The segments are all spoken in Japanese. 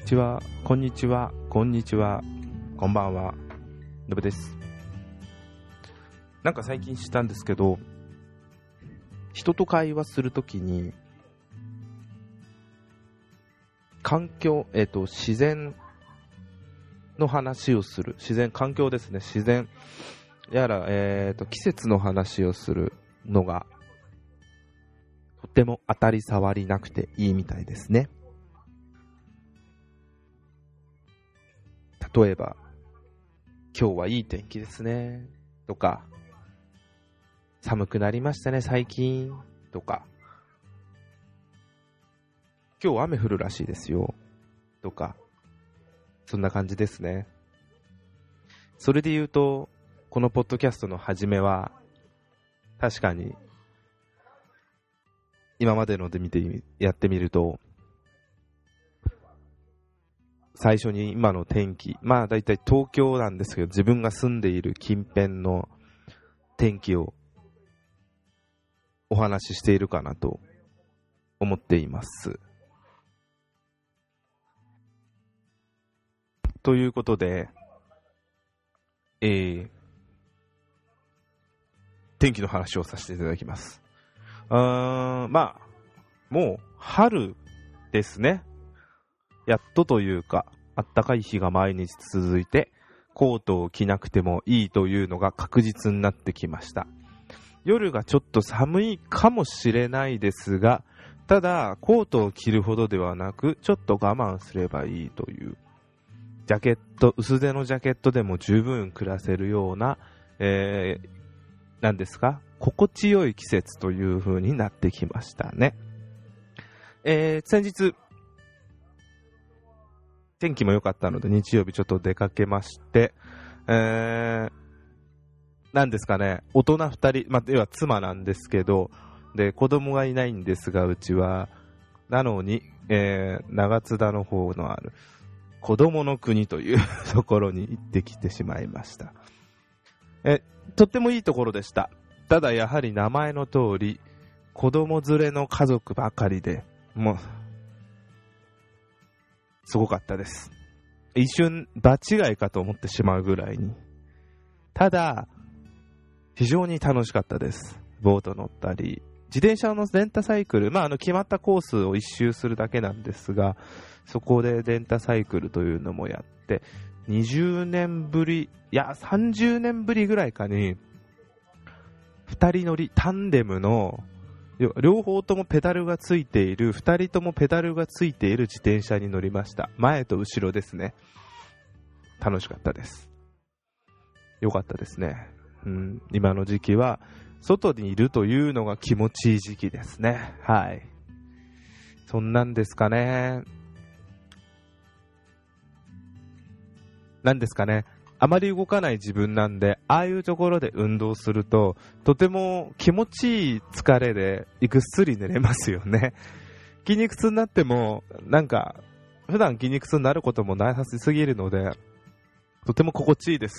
ちは、こんにちは、こんにちは、こんばんは、のぶです。なんか最近知ったんですけど、人と会話するときに環境、自然の話をする、環境ですね、自然やら、季節の話をするのがとても当たり障りなくていいみたいですね。例えば、今日はいい天気ですねとか、寒くなりましたね最近とか、今日雨降るらしいですよとか、そんな感じですね。それで言うと、このポッドキャストの始めは確かに今までのでやってみると、最初に今の天気、まあだいたい東京なんですけど、自分が住んでいる近辺の天気をお話ししているかなと思っています。ということで、天気の話をさせていただきます。まあもう春ですね。やっとというか、あったかい日が毎日続いて、コートを着なくてもいいというのが確実になってきました。夜がちょっと寒いかもしれないですが、ただコートを着るほどではなく、ちょっと我慢すればいいという、ジャケット、薄手のジャケットでも十分暮らせるような、なんですか、心地よい季節という風になってきましたね。先日天気も良かったので日曜日ちょっと出かけまして、なんですかね、大人2人、要は妻なんですけど、で子供がいないんですが、うちはなのに、長津田の方のある子供の国というところに行ってきてしまいました。とってもいいところでした。ただやはり名前の通り子供連れの家族ばかりで、もうすごかったです。一瞬場違いかと思ってしまうぐらいに。ただ非常に楽しかったです。ボート乗ったり、自転車のレンタサイクル、決まったコースを一周するだけなんですが、そこでレンタサイクルというのもやって、20年ぶり、いや30年ぶりぐらいかに2人乗りタンデムの両方ともペダルがついている、2人ともペダルがついている自転車に乗りました。前と後ろですね。楽しかったです。よかったですね。今の時期は外にいるというのが気持ちいい時期ですね。はい。そんなんですかね。なんですかね。あまり動かない自分なんで、ああいうところで運動するととても気持ちいい疲れでぐっすり寝れますよね。筋肉痛になってもなんか普段筋肉痛になることもなさすぎるので、とても心地いいです。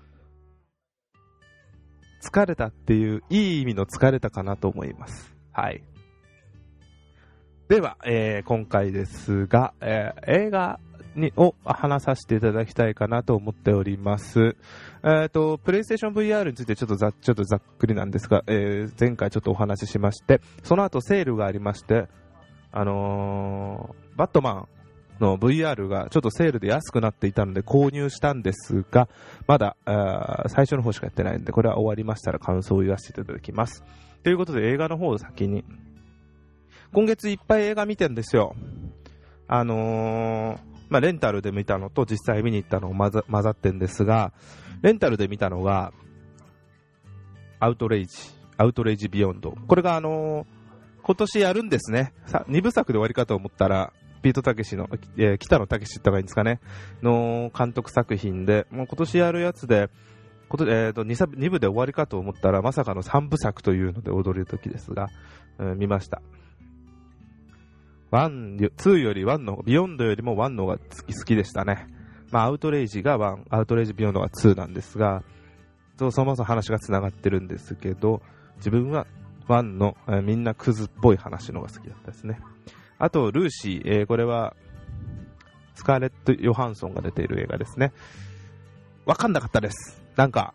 疲れたっていういい意味の疲れたかなと思います。はい。では、今回ですが、映画を話させていただきたいかなと思っております。プレイステーション VR についてちょっとざっくりなんですが、前回ちょっとお話ししまして、その後セールがありまして、バットマンの VR がちょっとセールで安くなっていたので購入したんですが、まだ最初の方しかやってないので、これは終わりましたら感想を言わせていただきます。ということで映画の方を先に、今月いっぱい映画見てるんですよ。レンタルで見たのと実際見に行ったのを混ざってるんですが、レンタルで見たのがアウトレイジビヨンド。これが今年やるんですね。2部作で終わりかと思ったら、ピートたけしの、北野武って言った方がいいんですかねの監督作品で、もう今年やるやつで、2部で終わりかと思ったら、まさかの3部作というので驚いた時ですが、見ました。2より1の、ビヨンドよりも1の方が好きでしたね。アウトレイジが1、アウトレイジビヨンドが2なんですが、そもそも話がつながってるんですけど、自分は1の、みんなクズっぽい話の方が好きだったですね。あとルーシー、これはスカーレット・ヨハンソンが出ている映画ですね。わかんなかったです。なんか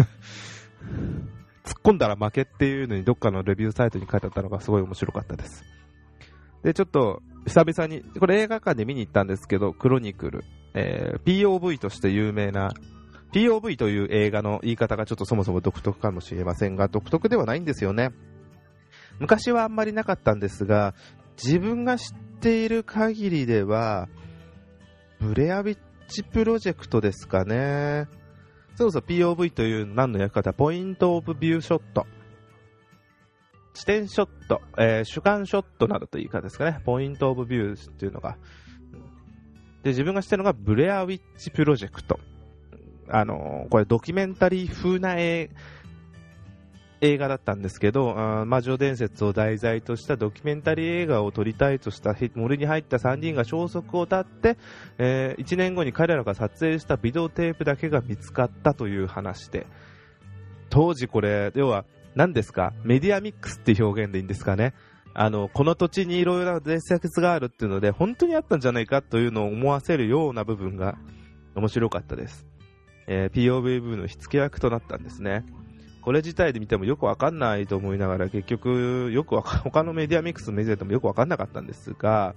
突っ込んだら負けっていうのにどっかのレビューサイトに書いてあったのがすごい面白かったです。で、ちょっと久々に、これ映画館で見に行ったんですけど、クロニクル、POV として有名な、POV という映画の言い方がちょっとそもそも独特かもしれませんが、独特ではないんですよね。昔はあんまりなかったんですが、自分が知っている限りでは、ブレアウィッチプロジェクトですかね。そうそう、POV という何の役かとポイントオブビューショット。視点ショット、主観ショットなどというかですかね。ポイントオブビューっていうのが。で、自分が知ってるのがブレアウィッチプロジェクト。これドキュメンタリー風な映画だったんですけど、魔女伝説を題材としたドキュメンタリー映画を撮りたいとした森に入った3人が消息を絶って、1年後に彼らが撮影したビデオテープだけが見つかったという話で、当時これ、要は何ですか、メディアミックスっていう表現でいいんですかね。この土地にいろいろな伝説があるっていうので、本当にあったんじゃないかというのを思わせるような部分が面白かったです。POV の火付け役となったんですね。これ自体で見てもよくわかんないと思いながら、結局他のメディアミックスのメディアでもよくわかんなかったんですが、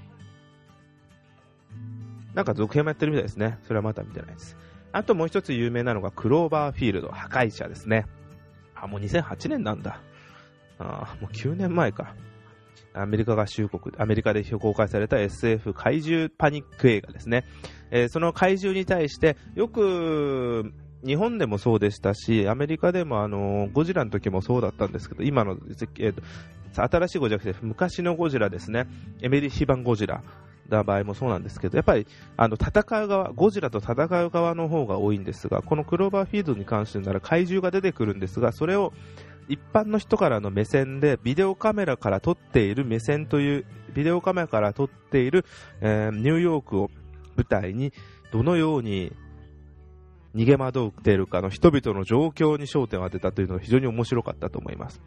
なんか続編もやってるみたいですね。それはまだ見てないです。あともう一つ有名なのがクローバーフィールド破壊者ですね。もう2008年なんだ。もう9年前か。アメリカで公開された SF 怪獣パニック映画ですね。その怪獣に対してよく日本でもそうでしたし、アメリカでもゴジラの時もそうだったんですけど、今の、新しいゴジラじゃなくて昔のゴジラですね。エメリシ版ゴジラの場合もそうなんですけど、やっぱり戦う側、ゴジラと戦う側の方が多いんですが、このクローバーフィールドに関してなら怪獣が出てくるんですが、それを一般の人からの目線でビデオカメラから撮っている目線という、ビデオカメラから撮っている、ニューヨークを舞台にどのように逃げ惑っているかの人々の状況に焦点を当てたというのが非常に面白かったと思います。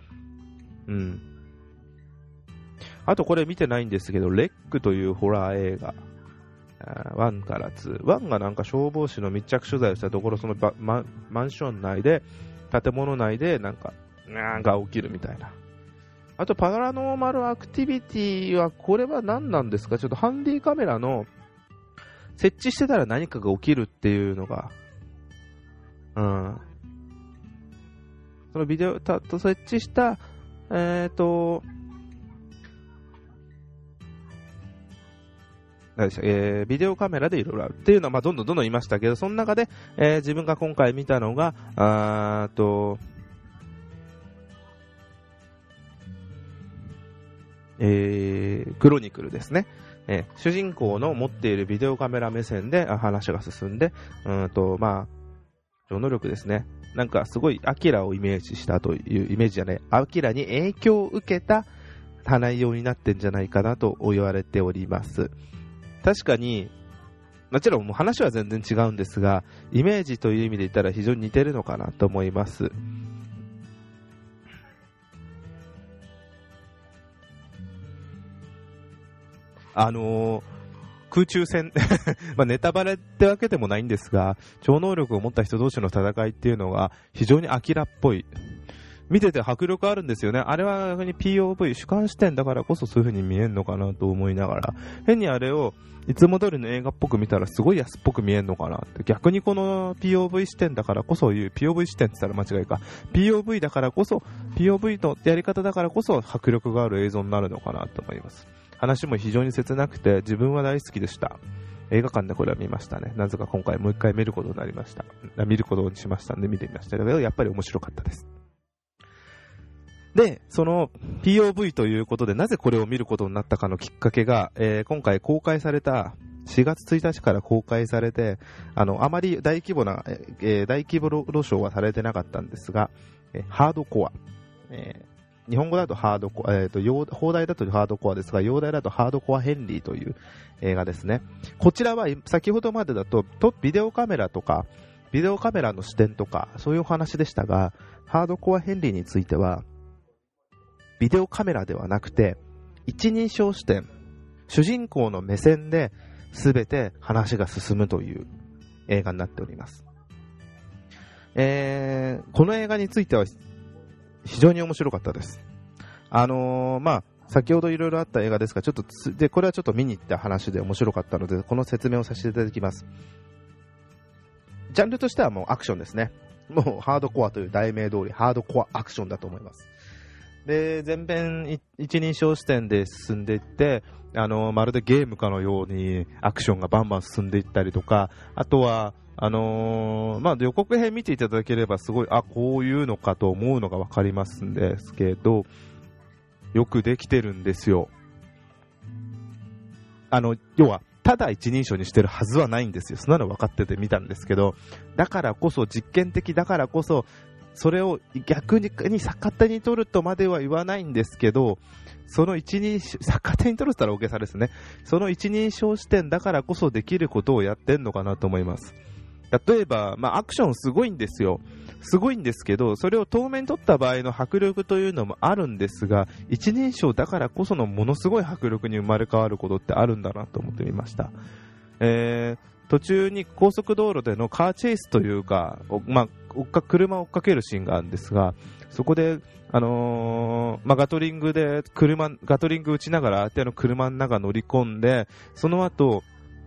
あとこれ見てないんですけど、レックというホラー映画、1から2。1がなんか消防士の密着取材をしたところ、そのマンション内で、建物内でなんか起きるみたいな。あとパラノーマルアクティビティは、これは何なんですか？ちょっとハンディカメラの設置してたら何かが起きるっていうのが、そのビデオと設置したビデオカメラでいろいろあるっていうのは、どんどん言いましたけど、その中で、自分が今回見たのがクロニクルですね。主人公の持っているビデオカメラ目線で話が進んで、超能力ですね。なんかすごいアキラをイメージしたというイメージじゃない、アキラに影響を受けた内容になってんじゃないかなと言われております。確かに、もちろんもう話は全然違うんですが、イメージという意味で言ったら非常に似てるのかなと思います。空中戦ネタバレってわけでもないんですが、超能力を持った人同士の戦いっていうのが非常にアキラっぽい。見てて迫力あるんですよね。あれは逆に POV 主観視点だからこそそういう風に見えるのかなと思いながら、変にあれをいつも通りの映画っぽく見たらすごい安っぽく見えるのかなって。逆にこの POV 視点だからこそ、POV 視点って言ったら間違いか、 POV だからこそ、 POV のやり方だからこそ迫力がある映像になるのかなと思います。話も非常に切なくて自分は大好きでした。映画館でこれは見ましたね。なぜか今回もう一回見ることになりました。見ることにしましたんで見てみましたけど、やっぱり面白かったです。で、その POV ということでなぜこれを見ることになったかのきっかけが、今回公開された4月1日から公開されて、あまり大規模な、大規模露唱はされてなかったんですが、ハードコア、日本語だとハードコア、邦題だとハードコアですが、洋題だとハードコアヘンリーという映画ですね。こちらは先ほどまでだとビデオカメラとか、ビデオカメラの視点とか、そういうお話でしたが、ハードコアヘンリーについては、ビデオカメラではなくて、一人称視点、主人公の目線ですべて話が進むという映画になっております。この映画については非常に面白かったです。先ほどいろいろあった映画ですが、これはちょっと見に行った話で面白かったので、この説明をさせていただきます。ジャンルとしてはもうアクションですね。もうハードコアという題名通りハードコアアクションだと思います。で、全編一人称視点で進んでいって、まるでゲームかのようにアクションがバンバン進んでいったりとか、あとは予告編見ていただければすごい、こういうのかと思うのが分かりますんですけど、よくできてるんですよ。要はただ一人称にしてるはずはないんですよ。そんなの分かってて見たんですけど、だからこそ実験的だからこそ、それを逆に逆手に取るとまでは言わないんですけど、その逆手に取るったら大げさですね。その一人称視点だからこそできることをやってんのかなと思います。例えば、アクションすごいんですよ。すごいんですけど、それを遠目に撮った場合の迫力というのもあるんですが、一人称だからこそのものすごい迫力に生まれ変わることってあるんだなと思ってみました。途中に高速道路でのカーチェイスというか、車を追っかけるシーンがあるんですが、そこで、ガトリング撃ちながら相手の車の中乗り込んで、その後、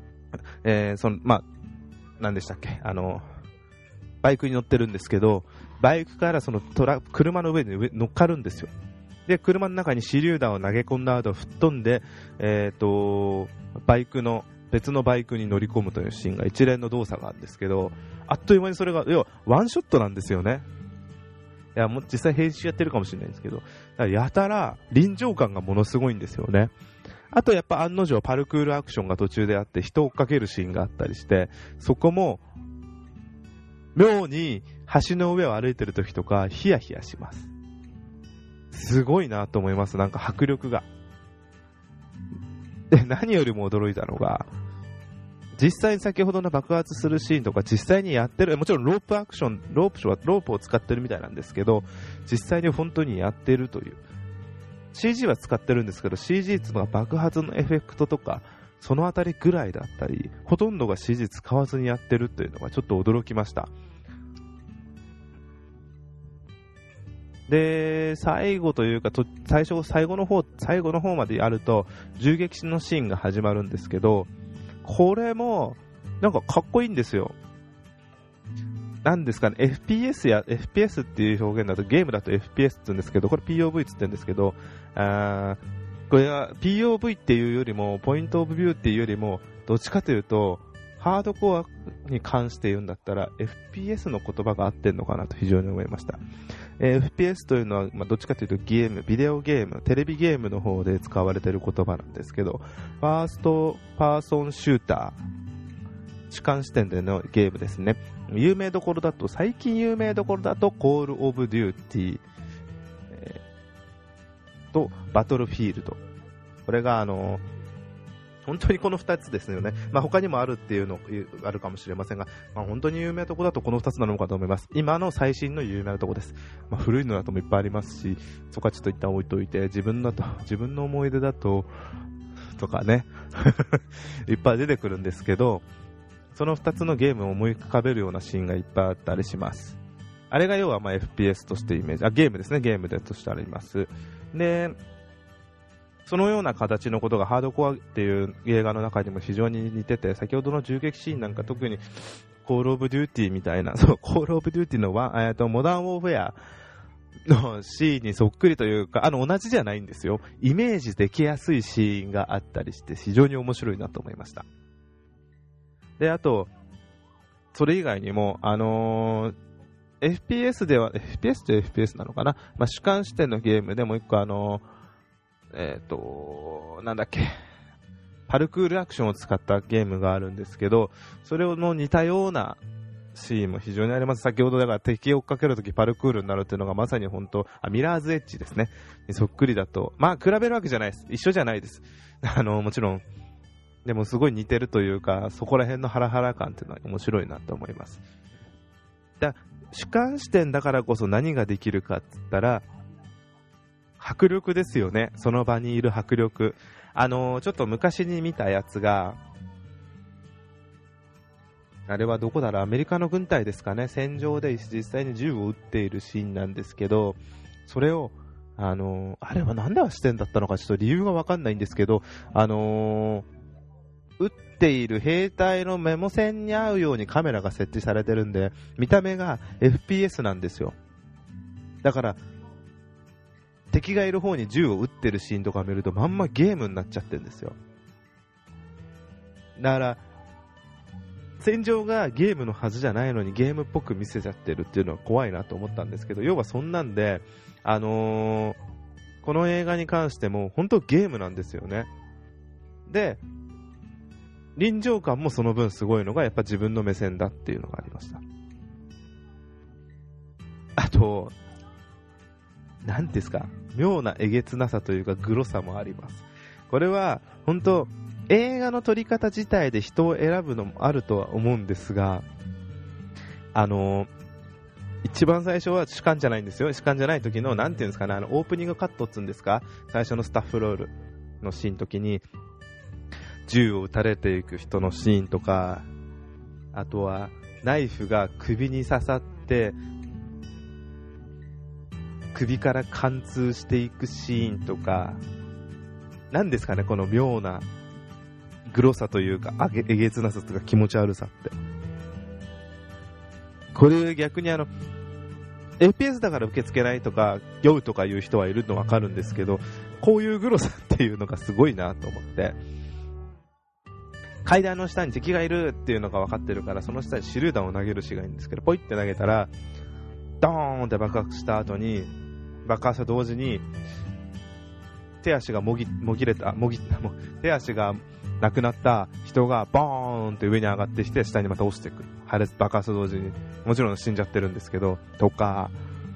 何でしたっけ、バイクに乗ってるんですけど、バイクからその車の上に乗っかるんですよ。で、車の中に手榴弾を投げ込んだ後吹っ飛んで、別のバイクに乗り込むというシーンが一連の動作があるんですけど、あっという間にそれが要はワンショットなんですよね。いや、もう実際編集やってるかもしれないんですけど、やたら臨場感がものすごいんですよね。あとやっぱ案の定パルクールアクションが途中であって人を追っかけるシーンがあったりして、そこも妙に橋の上を歩いてる時とかヒヤヒヤします。すごいなと思います。なんか迫力が。で、何よりも驚いたのが、実際に先ほどの爆発するシーンとか実際にやってる、もちろんロープアクション、ロープを使ってるみたいなんですけど、実際に本当にやってるという。CG は使ってるんですけど、CG っていうのは爆発のエフェクトとかそのあたりぐらいだったり、ほとんどが CG 使わずにやってるというのがちょっと驚きました。で、最後というか最後の方までやると銃撃のシーンが始まるんですけど、これもなんかかっこいいんですよ。なんですかね、FPS っていう表現だと、ゲームだと FPS って言うんですけど、これ POV って言ってるんですけど、これは POV っていうよりもポイントオブビューっていうよりも、どっちかというとハードコアに関して言うんだったら FPS の言葉が合ってんのかなと非常に思いました。FPS というのは、どっちかというとビデオゲーム、テレビゲームの方で使われている言葉なんですけど、ファーストパーソンシューター、主観視点でのゲームですね。最近有名どころだとコールオブデューティー、とバトルフィールド。これが本当にこの2つですよね。他にもあるっていうのあるかもしれませんが、本当に有名なところだとこの2つなのかと思います。今の最新の有名なところです。古いのだともいっぱいありますし、そこはちょっと一旦置いといて、自分の思い出だととかねいっぱい出てくるんですけど、その2つのゲームを思い浮かべるようなシーンがいっぱいあったりします。あれが要はFPS としてイメージ、ゲームですね、ゲームでとしてあります。で、そのような形のことがハードコアっていう映画の中にも非常に似てて、先ほどの銃撃シーンなんか特にコールオブデューティーみたいな、コールオブデューティーのモダンウォーフェアのシーンにそっくりというか、同じじゃないんですよ。イメージできやすいシーンがあったりして非常に面白いなと思いました。で、あとそれ以外にもFPS では FPS と FPS なのかな、主観視点のゲームでもう一個なんだっけ、パルクールアクションを使ったゲームがあるんですけど、それの似たようなシーンも非常にあります。先ほどだから敵を追っかけるときパルクールになるっていうのがまさに本当、ミラーズエッジですねにそっくりだと、比べるわけじゃないです、一緒じゃないです。もちろんでもすごい似てるというか、そこら辺のハラハラ感っていうのは面白いなと思います。主観視点だからこそ何ができるかって言ったら迫力ですよね。その場にいる迫力。ちょっと昔に見たやつがあれはどこだろう、アメリカの軍隊ですかね、戦場で実際に銃を撃っているシーンなんですけど、それをあれはなんでは視点だったのかちょっと理由がわかんないんですけど、撃っている兵隊のメモ線に合うようにカメラが設置されてるんで、見た目が FPS なんですよ。だから敵がいる方に銃を撃ってるシーンとか見るとまんまゲームになっちゃってるんですよ。だから戦場がゲームのはずじゃないのにゲームっぽく見せちゃってるっていうのは怖いなと思ったんですけど、要はそんなんで、この映画に関しても本当ゲームなんですよね。で、臨場感もその分すごいのがやっぱ自分の目線だっていうのがありました。あと、なんですか、妙なえげつなさというかグロさもあります。これは本当映画の撮り方自体で人を選ぶのもあるとは思うんですが、一番最初は主観じゃないんですよ。主観じゃない時のなんていうんですかね、オープニングカットっつうんですか、最初のスタッフロールのシーンの時に銃を撃たれていく人のシーンとか、あとはナイフが首に刺さって首から貫通していくシーンとか、なんですかね、この妙なグロさというかえげつなさとか気持ち悪さって、これ逆にFPS だから受け付けないとか酔うとかいう人はいるの分かるんですけど、こういうグロさっていうのがすごいなと思って、階段の下に敵がいるっていうのが分かってるから、その下に手榴弾を投げるシーンがいいんですけど、ポイって投げたらドーンって爆発した後に、爆発と同時に手足が手足がなくなった人がボーンって上に上がってきて下にまた落ちていく、爆発と同時に、もちろん死んじゃってるんですけど、とか、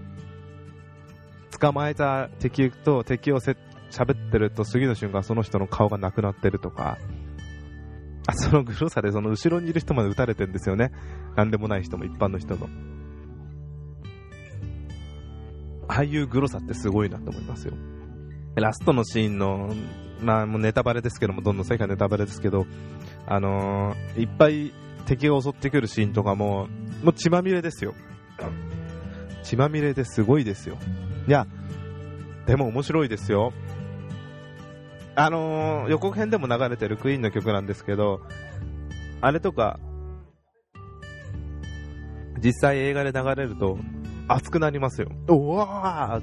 捕まえた敵と敵を喋ってると次の瞬間その人の顔がなくなってるとか、そのグロさでその後ろにいる人まで撃たれてるんですよね。なんでもない人も一般の人の。ああいうグロさってすごいなと思いますよ。ラストのシーンの、もうネタバレですけども、どんどん最後はネタバレですけど、いっぱい敵が襲ってくるシーンとかもう血まみれですよ。血まみれですごいですよ。いや、でも面白いですよ。予告編でも流れてるクイーンの曲なんですけど、あれとか実際映画で流れると熱くなりますよ。おわーって、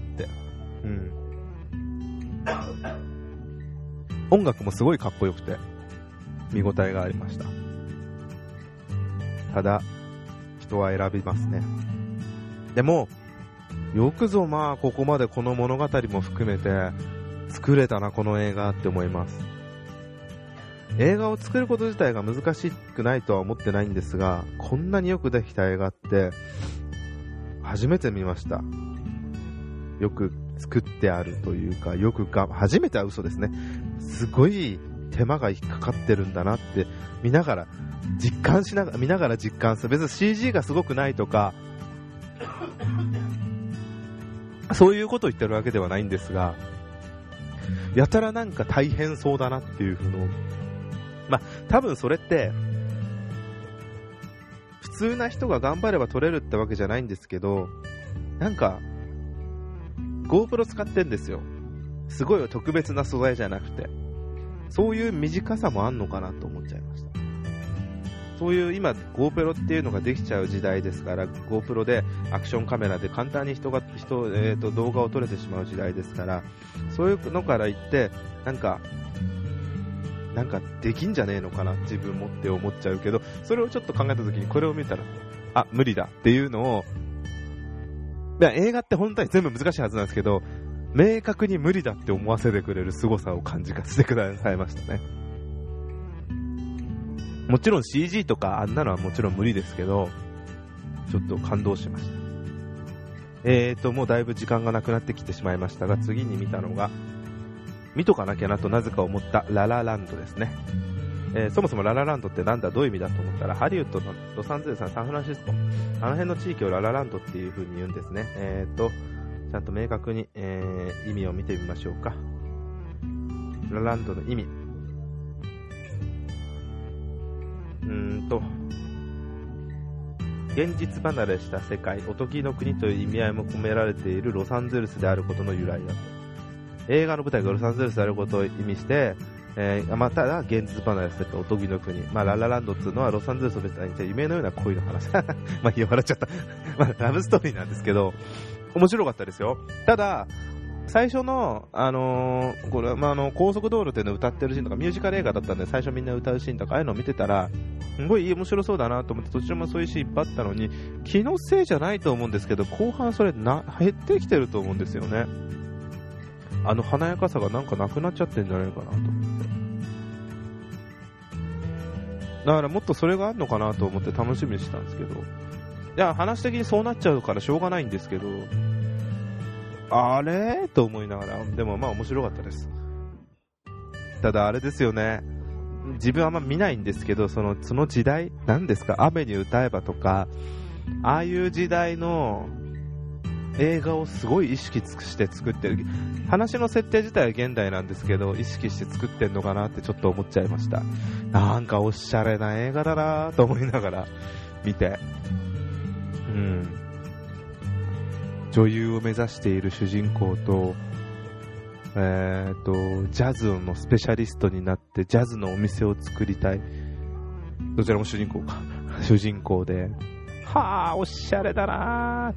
音楽もすごいかっこよくて見応えがありました。ただ人は選びますね。でもよくぞここまでこの物語も含めて作れたなこの映画って思います。映画を作ること自体が難しくないとは思ってないんですが、こんなによくできた映画って初めて見ました。よく作ってあるというか、初めては嘘ですね。すごい手間が引っかかってるんだなって見ながら実感する。別に CG がすごくないとかそういうことを言ってるわけではないんですが、やたらなんか大変そうだなっていうの、多分それって普通な人が頑張れば撮れるってわけじゃないんですけど、なんか GoPro 使ってんですよ。すごい特別な素材じゃなくて、そういう短さもあんのかなと思っちゃいました。そういう今 GoPro っていうのができちゃう時代ですから、 GoPro でアクションカメラで簡単に動画を撮れてしまう時代ですから、そういうのから言ってなんかできんじゃねえのかな自分もって思っちゃうけど、それをちょっと考えた時にこれを見たら無理だっていうのを、映画って本当に全部難しいはずなんですけど、明確に無理だって思わせてくれる凄さを感じさせてくださいましたね。もちろん CG とかあんなのはもちろん無理ですけど、ちょっと感動しました。もうだいぶ時間がなくなってきてしまいましたが、次に見たのが、見とかなきゃなとなぜか思ったララランドですね。そもそもララランドってなんだどういう意味だと思ったら、ハリウッドのロサンゼルスやサンフランシスコ、あの辺の地域をララランドっていう風に言うんですね。ちゃんと明確に、意味を見てみましょうか。ラランドの意味、 現実離れした世界、おとぎの国という意味合いも込められているロサンゼルスであることの由来だと。映画の舞台がロサンゼルスであることを意味して、まただ現実離れした世界、おとぎの国、ララランドっていうのはロサンゼルスを舞台にした夢のような恋の話笑っちゃったラブストーリーなんですけど、面白かったですよ。ただ最初の、これ高速道路っていうのを歌ってるシーンとかミュージカル映画だったんで、最初みんな歌うシーンとかああいうのを見てたらすごい面白そうだなと思って、途中もそういうシーンいっぱいあったのに、気のせいじゃないと思うんですけど、後半それ減ってきてると思うんですよね。華やかさがなんかなくなっちゃってんじゃないかなと思って、だからもっとそれがあるのかなと思って楽しみにしたんですけど、いや話的にそうなっちゃうからしょうがないんですけど、あれと思いながら、でも面白かったです。ただあれですよね、自分はあんま見ないんですけど、その時代なんですか、雨に歌えばとか、ああいう時代の映画をすごい意識して作ってる。話の設定自体は現代なんですけど、意識して作ってんのかなってちょっと思っちゃいました。なんかおしゃれな映画だなと思いながら見て、女優を目指している主人公と、ジャズのスペシャリストになってジャズのお店を作りたい、どちらも主人公か主人公で、はあおしゃれだな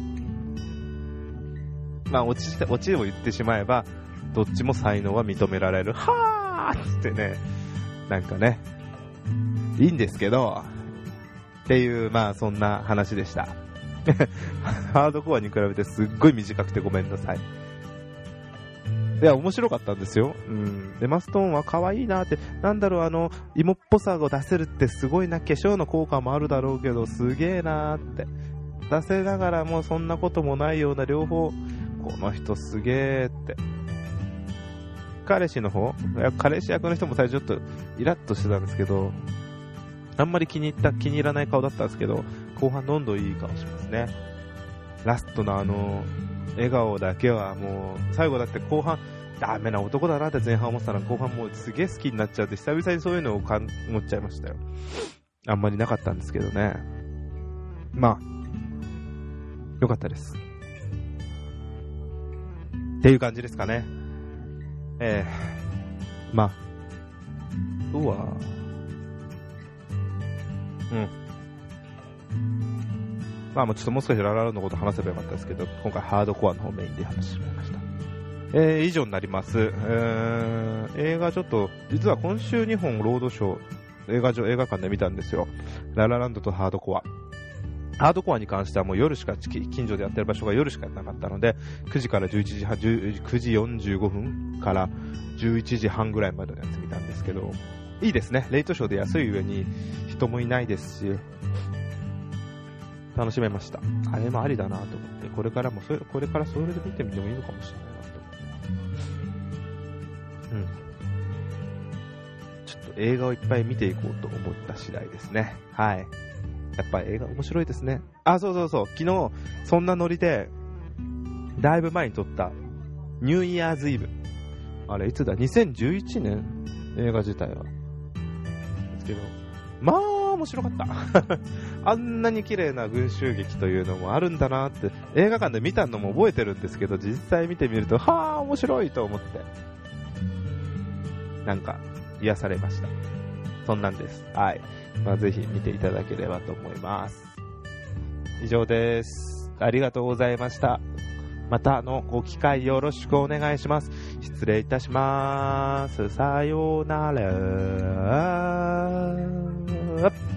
オチを言ってしまえばどっちも才能は認められる、はーってね、なんかねいいんですけどっていう、そんな話でしたハードコアに比べてすっごい短くてごめんなさい。いや面白かったんですよ。エマストーンは可愛いなって、なんだろう、芋っぽさを出せるってすごいな、化粧の効果もあるだろうけどすげえなーって出せながらもそんなこともないような両方、この人すげーって。彼氏役の人も最初ちょっとイラッとしてたんですけど、あんまり気に入らない顔だったんですけど、後半どんどんいい顔しますね。ラストの笑顔だけはもう、最後だって後半ダメな男だなって前半思ってたら、後半もうすげえ好きになっちゃって、久々にそういうのを思っちゃいましたよ。あんまりなかったんですけどね。よかったですっていう感じですかね。うわもうちょっともう少しラララのこと話せばよかったですけど、今回ハードコアの方メインで話してしまいました。以上になります。映画ちょっと、実は今週2本ロードショー、映画館で見たんですよ。ララランドとハードコア。ハードコアに関してはもう夜しか、近所でやってる場所が夜しかなかったので、9時から9時45分から11時半ぐらいまでのやつ見たんですけど、いいですね。レイトショーで安い上に人もいないですし、楽しめました。あれもありだなと思って、これからそれで見てみてもいいのかもしれないなと思って。ちょっと映画をいっぱい見ていこうと思った次第ですね。はい。やっぱり映画面白いですね。そう昨日そんなノリでだいぶ前に撮ったニューイヤーズイブ、あれいつだ、2011年映画自体はですけど、面白かったあんなに綺麗な群衆劇というのもあるんだなって、映画館で見たのも覚えてるんですけど、実際見てみると面白いと思って、なんか癒されました。そんなんです。はい。ぜひ見ていただければと思います。以上です。ありがとうございました。またご機会よろしくお願いします。失礼いたします。さようなら。